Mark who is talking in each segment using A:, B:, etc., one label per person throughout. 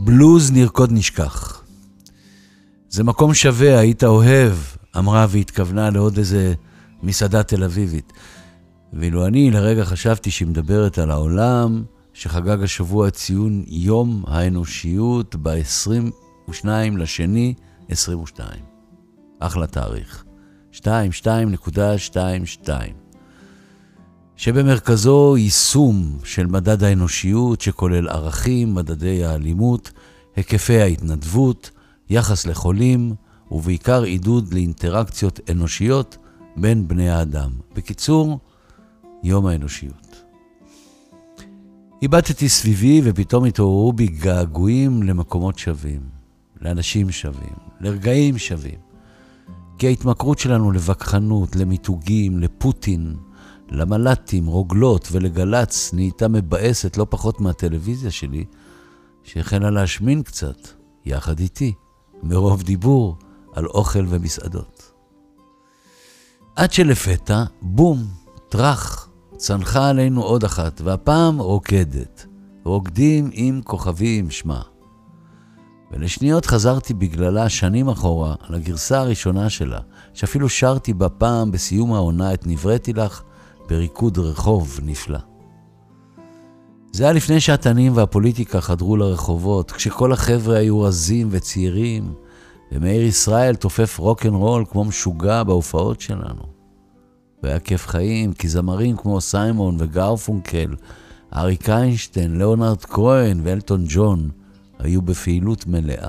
A: בלוז נרקוד נשכח. זה מקום שווה, היית אוהב, אמרה והתכוונה לעוד איזה מסעדה תל אביבית. ואילו אני לרגע חשבתי שהיא מדברת על העולם, שחגג השבוע ציון יום האנושיות ב-22 לשני 22. אחלה תאריך. 22.22. שבמרכזו יישום של מדד האנושיות שכולל ערכים, מדדי האלימות, היקפי ההתנדבות, יחס לחולים, ובעיקר עידוד לאינטראקציות אנושיות בין בני האדם. בקיצור, יום האנושיות. איבדתי סביבי ופתאום התעוררו בי געגועים למקומות שווים, לאנשים שווים, לרגעים שווים. כי ההתמכרות שלנו לבקחנות, למיתוגים, לפוטין, למלטים, רוגלות ולגלץ נהייתה מבאסת לא פחות מהטלוויזיה שלי, שהחלה להשמין קצת, יחד איתי, מרוב דיבור על אוכל ומסעדות. עד שלפתע, בום, טרח, צנחה עלינו עוד אחת, והפעם רוקדת. רוקדים עם כוכבים שמה. ולשניות חזרתי בגללה שנים אחורה לגרסה הראשונה שלה, שאפילו שרתי בפעם בסיום העונה את נבראתי לך בריקוד רחוב נפלא. זה היה לפני שהתנים והפוליטיקה חדרו לרחובות, כשכל החבר'ה היו רזים וצעירים, ומאיר ישראל תופף רוק'נ'רול כמו משוגע בהופעות שלנו. והיה כיף חיים, כי זמרים כמו סיימון וגרפונקל, אריק איינשטיין, ליאונרד כהן ואלטון ג'ון היו בפעילות מלאה.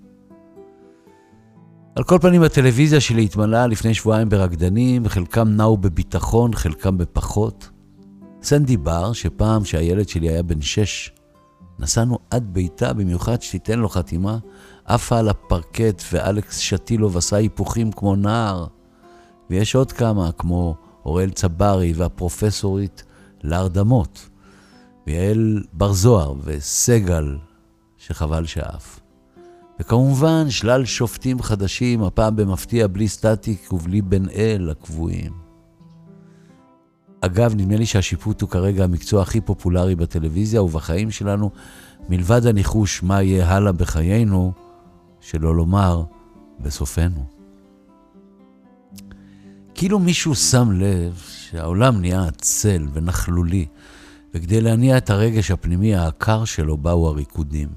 A: על כל פנים הטלוויזיה שלי התמלאה לפני שבועיים ברקדנים, חלקם נעו בביטחון, חלקם בפחות. סנדי בר, שפעם שהילד שלי היה בן 6, נסענו עד ביתה במיוחד שתיתן לו חתימה, עפה על הפרקט ואלכס שטילוב עשה היפוכים כמו נער. ויש עוד כמה כמו אוראל צברי והפרופסורית להרדמות, ויעל בר זוהר וסגל שחבל שאף. וכמובן שלל שופטים חדשים, הפעם במפתיע בלי סטטיק ובלי בן אל הקבועים. אגב, נדמה לי שהשיפוט הוא כרגע המקצוע הכי פופולרי בטלוויזיה ובחיים שלנו, מלבד הניחוש מה יהיה הלאה בחיינו, שלא לומר בסופנו. כאילו מישהו שם לב שהעולם נהיה עצל ונחלולי, וכדי להניע את הרגש הפנימי העקר שלו באו הריקודים.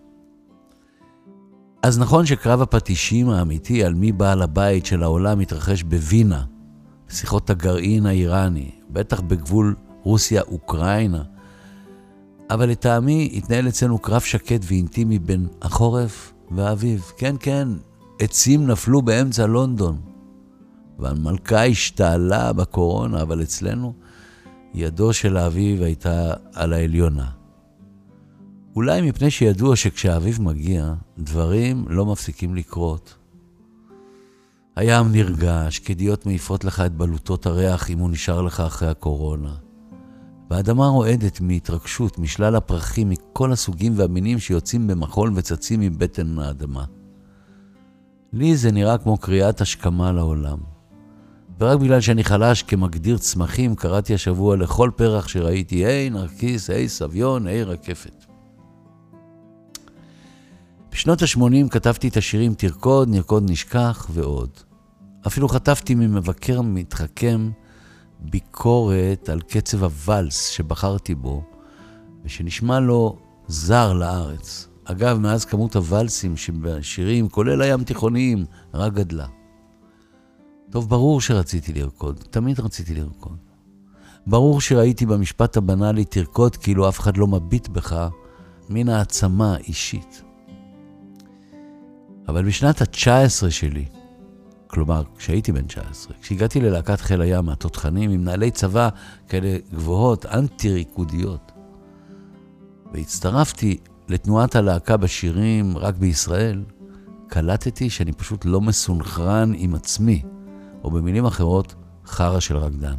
A: אז נכון שקרב הפטישים האמיתי על מי בעל הבית של העולם מתרחש בווינה, בשיחות הגרעין האיראני, בטח בגבול רוסיה-אוקראינה, אבל לטעמי התנהל אצלנו קרב שקט ואינטימי בין החורף והאביב. כן, כן, עצים נפלו באמצע לונדון, והמלכה השתעלה בקורונה, אבל אצלנו ידו של האביב הייתה על העליונה. אולי מפני שידוע שכשהאביב מגיע, דברים לא מפסיקים לקרות. הים נרגש, קדיות מעיפות לך את בלוטות הריח אם הוא נשאר לך אחרי הקורונה. והאדמה רועדת מהתרגשות, משלל הפרחים, מכל הסוגים והמינים שיוצאים במחול וצצים מבטן האדמה. לי זה נראה כמו קריאת השכמה לעולם. ורק בגלל שאני חלש כמגדיר צמחים, קראתי השבוע לכל פרח שראיתי, היי נרקיס, היי סביון, היי רקפת. בשנות ה-80 כתבתי את השירים תרקוד, נרקוד נשכח ועוד. אפילו חטפתי ממבקר מתחכם ביקורת על קצב הוואלס שבחרתי בו, ושנשמע לו זר לארץ. אגב, מאז כמות הוואלסים שבשירים, כולל הים תיכוניים, רק גדלה. טוב, ברור שרציתי לרקוד, תמיד רציתי לרקוד. ברור שראיתי במשפט הבנאלי תרקוד כאילו אף אחד לא מביט בך, מן העצמה אישית. אבל בשנת ה-19 שלי, כלומר, כשהייתי בן 19, כשהגעתי ללהקת חיל הים מהתותחנים עם נעלי צבא כאלה גבוהות, אנטי-ריקודיות, והצטרפתי לתנועת הלהקה בשירים רק בישראל, קלטתי שאני פשוט לא מסונכרן עם עצמי, או במילים אחרות, חרה של רקדן.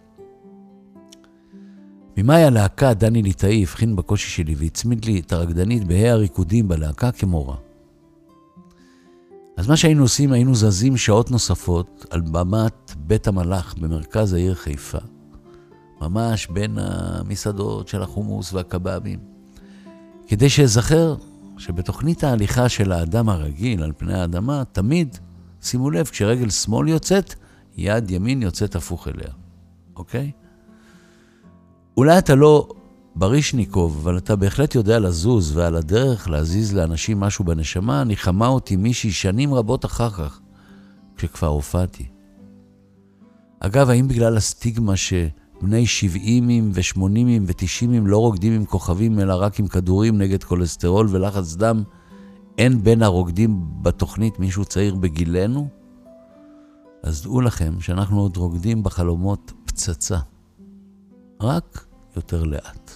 A: ממאי הלהקה, דני ליטאי הבחין בקושי שלי והצמיד לי את הרקדנית בהי הריקודים בלהקה כמורה. אז מה שהיינו עושים, היינו זזים שעות נוספות על במת בית המלאך במרכז העיר חיפה, ממש בין המסעדות של החומוס והקבבים, כדי שאזכר שבתוכנית ההליכה של האדם הרגיל על פני האדמה, תמיד, שימו לב, כשרגל שמאל יוצאת, יד ימין יוצאת הפוך אליה. אוקיי? אולי אתה לא ברישניקוב, אבל אתה בהחלט יודע לזוז, ועל הדרך להזיז לאנשים משהו בנשמה, ניחמה אותי מישהי שנים רבות אחר כך, כשכבר הופעתי. אגב, האם בגלל הסטיגמה שבני 70 ו-80 ו-90 לא רוקדים עם כוכבים, אלא רק עם כדורים נגד כולסטרול ולחץ דם, אין בין הרוקדים בתוכנית מישהו צעיר בגילנו? אז דעו לכם שאנחנו עוד רוקדים בחלומות פצצה. רק יותר לאט.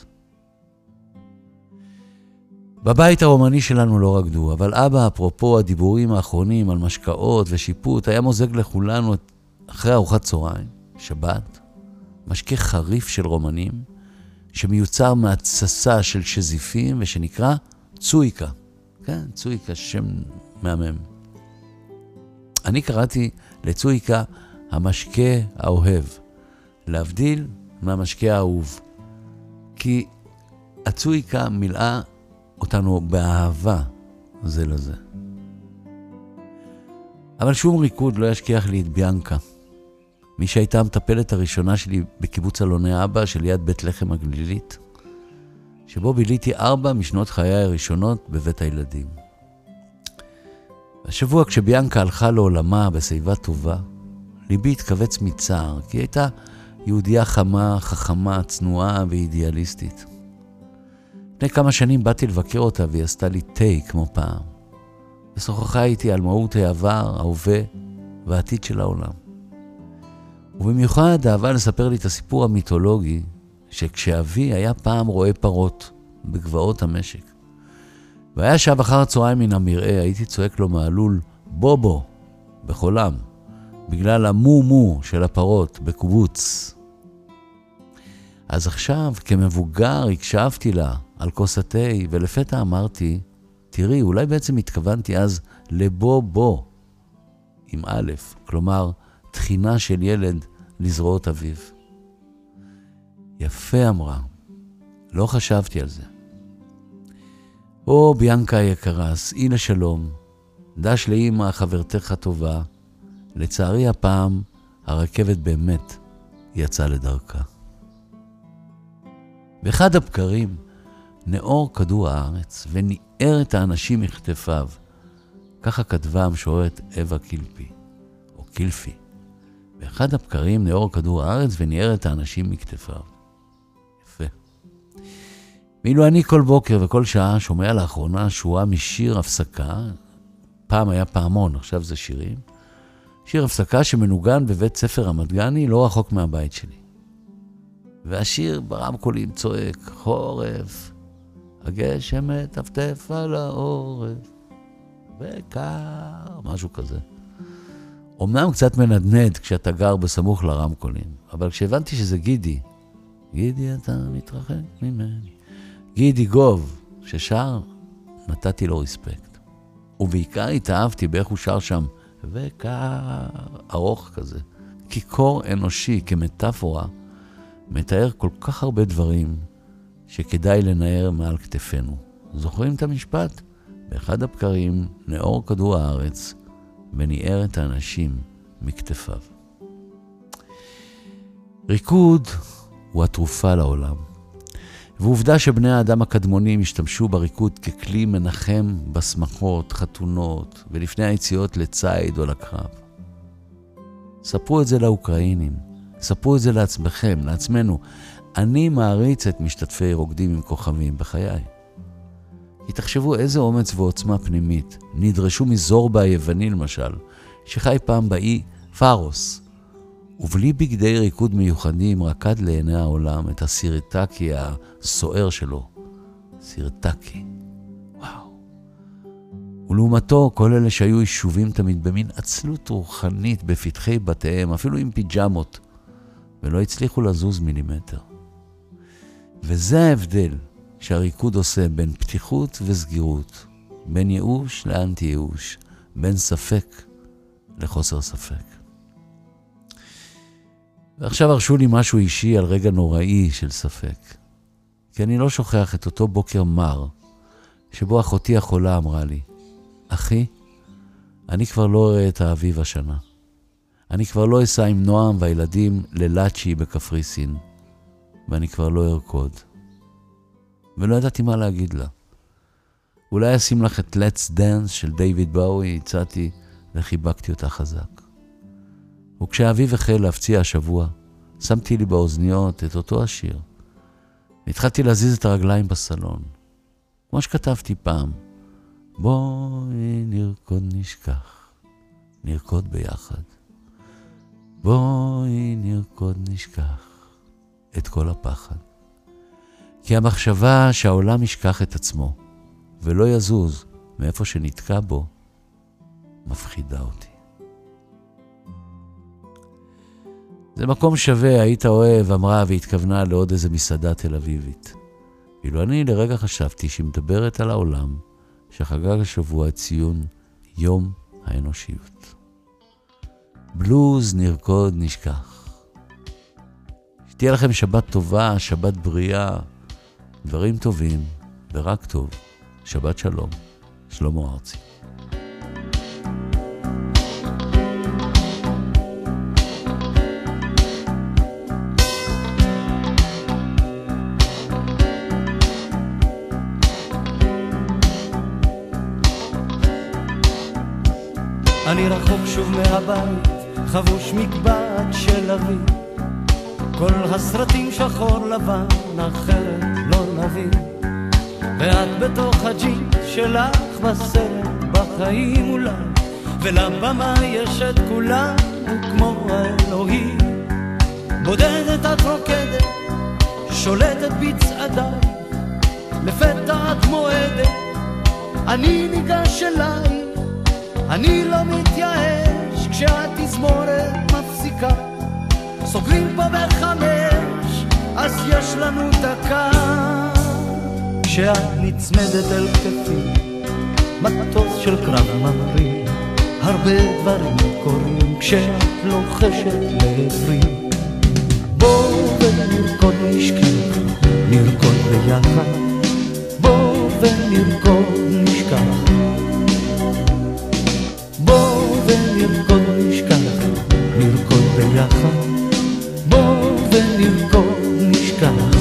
A: בבית הרומני שלנו לא רקדו, אבל אבא, אפרופו הדיבורים האחרונים על משקאות ושיפוט, היה מוזג לכולנו אחרי ארוחת צהריים, שבת, משקה חריף של רומנים, שמיוצר מהתססה של שזיפים ושנקרא צויקה. כן, צויקה, שם מהמם. אני קראתי לצויקה המשקה האוהב, להבדיל מהמשקה האהוב. כי הצויקה מילאה אותנו באהבה זה לזה. אבל שום ריקוד לא ישכיח לי את ביאנקה. מי שהייתה המטפלת הראשונה שלי בקיבוץ אלוני אבא שליד בית לחם הגלילית, שבו ביליתי 4 משנות חיי הראשונות בבית הילדים. השבוע כשביאנקה הלכה לעולמה בשיבה טובה, ליבי התכווץ מצער, כי היא הייתה יהודיה חמה, חכמה, צנועה ואידיאליסטית. לפני כמה שנים באתי לבקר אותה והיא עשתה לי תה כמו פעם. ושוחחה איתי על מהות העבר, ההווה והעתיד של העולם. ובמיוחד אהבה לספר לי את הסיפור המיתולוגי שכשאבי היה פעם רואה פרות בגבעות המשק. והיה שעה אחר הצהריים מן המראה, הייתי צועק לו מהלול בובו בחולם, בגלל המומו של הפרות בקובוץ. אז עכשיו כמבוגר הקשבתי לה על כוס התה, ולפתע אמרתי, תראי, אולי בעצם התכוונתי אז לבובו עם א', כלומר תחינה של ילד לזרועות אביו. יפה אמרה, לא חשבתי על זה. או ביאנקה היקרה, סעי לשלום, דש לאמא חברתך הטובה, לצערי הפעם הרכבת באמת יצאה לדרכה. באחד הבקרים נאור כדור הארץ וניער את האנשים מכתפיו. ככה כתבה המשוררת אווה קילפי, או קילפי. באחד הבקרים נאור כדור הארץ וניער את האנשים מכתפיו. יפה. ואילו אני כל בוקר וכל שעה שומע לאחרונה שורה משיר הפסקה, פעם היה פעמון, עכשיו זה שירים, שיר הפסקה שמנוגן בבית ספר המדגני לא רחוק מהבית שלי. והשיר ברמקולים צועק, חורף, הגשם מטפטף על העורף, וקר, משהו כזה. אמנם קצת מנדנד כשאתה גר בסמוך לרמקולים, אבל כשהבנתי שזה גידי, גידי אתה מתרחק ממני, גידי גוב, ששר, נתתי לו רספקט. ובעיקר התאהבתי באיך הוא שר שם, וקר, ארוך כזה. כי קור אנושי כמטאפורה, מתאר כל כך הרבה דברים שכדאי לנער מעל כתפינו. זוכרים את המשפט? באחד הבקרים נאור כדור הארץ וניער את האנשים מכתפיו. ריקוד הוא התרופה לעולם. ועובדה שבני האדם הקדמונים השתמשו בריקוד ככלי מנחם בשמחות, חתונות ולפני היציאות לצייד או לקרב. ספרו את זה לאוקראינים. ספרו את זה לעצמכם, לעצמנו. אני מעריץ את משתתפי רוקדים עם כוכבים בחיי. כי תחשבו איזה אומץ ועוצמה פנימית נדרשו מזורבה היווני למשל, שחי פעם באי פארוס, ובלי בגדי ריקוד מיוחדים רקד לעיני העולם את הסירטקי הסוער שלו. סירטקי. וואו. ולעומתו כל אלה שהיו יישובים תמיד במין עצלות רוחנית בפתחי בתיהם, אפילו עם פיג'מות, ולא הצליחו לזוז מילימטר. וזה ההבדל שהריקוד עושה בין פתיחות וסגירות, בין ייאוש לאנטי ייאוש, בין ספק לחוסר ספק. ועכשיו הרשו לי משהו אישי על רגע נוראי של ספק. כי אני לא שוכח את אותו בוקר מר, שבו אחותי החולה אמרה לי, אחי, אני כבר לא אראה את האביב השנה. אני כבר לא אסע עם נועם והילדים ללאצ'י בקפריסין, ואני כבר לא ארקוד. ולא ידעתי מה להגיד לה. אולי אשים לך את Let's Dance של דיוויד באוי, הצעתי וחיבקתי אותה חזק. וכשהאביב החל להפציע השבוע, שמתי לי באוזניות את אותו השיר. התחלתי להזיז את הרגליים בסלון. כמו שכתבתי פעם, בואי נרקוד נשכח, נרקוד ביחד. בואי נרקוד נשכח את כל הפחד. כי המחשבה שהעולם ישכח את עצמו ולא יזוז מאיפה שנתקע בו, מפחידה אותי. זה מקום שווה, היית אוהב, אמרה והתכוונה לעוד איזה מסעדה תל אביבית. ואילו אני לרגע חשבתי שהיא מדברת על העולם שחגג השבוע ציון יום האנושיות. בלוז נרקוד נשכח. שתהיה לכם שבת טובה, שבת בריאה, דברים טובים ורק טוב. שבת שלום, שלמה ארצי.
B: אני רחוק שוב מהבית, חבוש מקבט של אבי. כל הסרטים שחור לבן, אחרת לא נבין. ואת בתוך הג'ינס שלך בסרט, בחיים אולי. ולבמה יש את כולם, וכמו האלוהים. בודדת את רוקדת, שולטת בצעדיי. לפתע את מועדת, אני ניגש אלייך. אני לא מתייאש כשהתזמורת מפסיקה. סוגרים פה ב5, אז יש לנו דקה. כשאת נצמדת אל כתפי, מטוס של קרב ממריא. הרבה דברים קורים כשאת לוחשת לעברי. בוא ונרקוד נשכח, נרקוד ביחד. בוא ונרקוד נשכח, ונרקוד נשכח, נרקוד ביחד. בוא ונרקוד נשכח.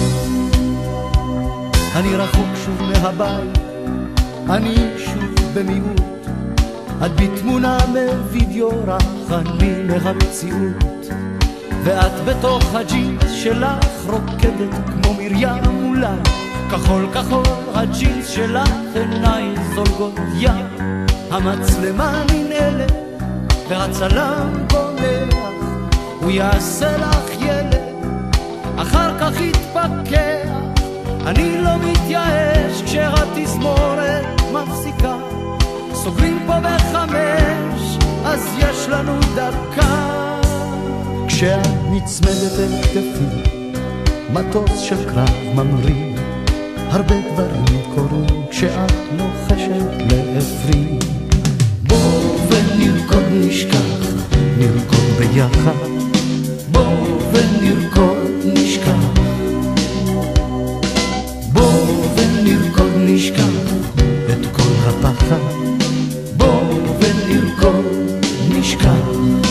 B: אני רחוק שוב מהבית, אני שוב במיעוט. את בתמונה מווידאו רך, אני מהמציאות. ואת בתוך הג'ינס שלך רוקדת כמו מרים אולי. כחול כחול הג'ינס שלך, עיניי זולגות ים. המצלמה ננעלת והצלם בולח, הוא יעשה לך ילד, אחר כך יתפקח. אני לא מתייאש כשהתזמורת מפסיקה. סוגרים פה ב5, אז יש לנו דקה. כשאת נצמדת אל כתפי, מטוס של קרב ממריא. הרבה דברים קורים כשאת לוחשת לעברי. בוא ונרקוד נשכח, נרקוד ביחד. בוא ונרקוד נשכח, בוא ונרקוד נשכח את כל הפחד. בוא ונרקוד נשכח.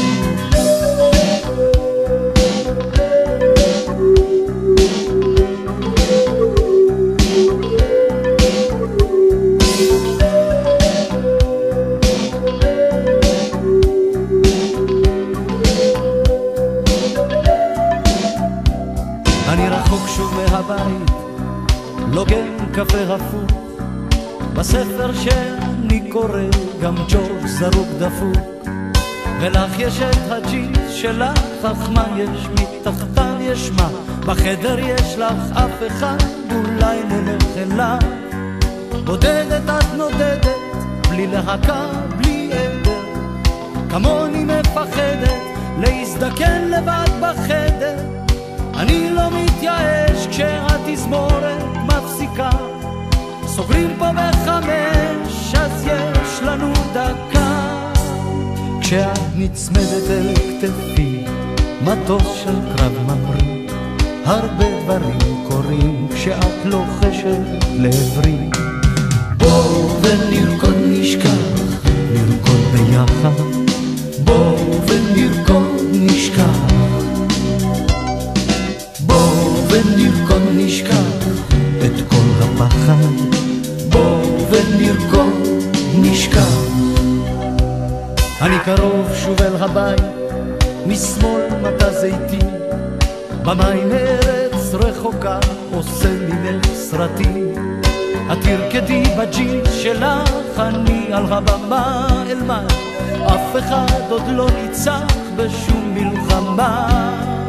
B: לוגן קפה הפוך, בספר שאני קורא גם ג'ורג' זרוק דפוק. ולך יש את הג'ינס שלך, אך מה יש מתחתיו יש מה? בחדר יש לך אף אחד, אולי נלך אליו. בודדת את נודדת, בלי להקה, בלי עדר. כמוני מפחדת להזדקן לבד בחדר. אני לא מתייאש כשהתזמורת מפסיקה. סוגרים פה ב5, אז יש לנו דקה. כשאת נצמדת אל כתפי, מטוס של קרב ממריא. הרבה דברים קורים כשאת לוחשת לעברי. בוא ונרקוד נשכח, נרקוד ביחד, בוא ונרקוד נשכח, בוא ונרקוד נשכח את כל הפחד, בוא ונרקוד נשכח. אני קרוב שוב אל הבית, משמאל מטע זיתים, במים ארץ רחוקה עושה ממך סרטים. את תרקדי בג'ינס שלך, אני על הבמה אלמד, אף אחד עוד לא ניצח בשום מלחמה.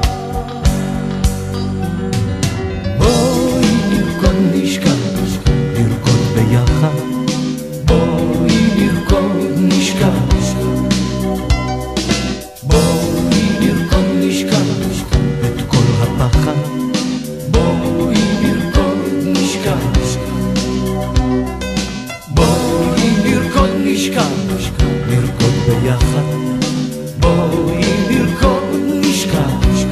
B: בואי נרקוד נשכח, נרקוד ביחד, בואי נרקוד נשכח, בואי נרקוד נשכח את כל הפחד, בואי נרקוד נשכח, בואי נרקוד נשכח, נרקוד ביחד, בואי נרקוד נשכח,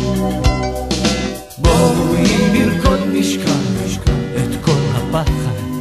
B: בואי נרקוד נשכח את כל הפחד,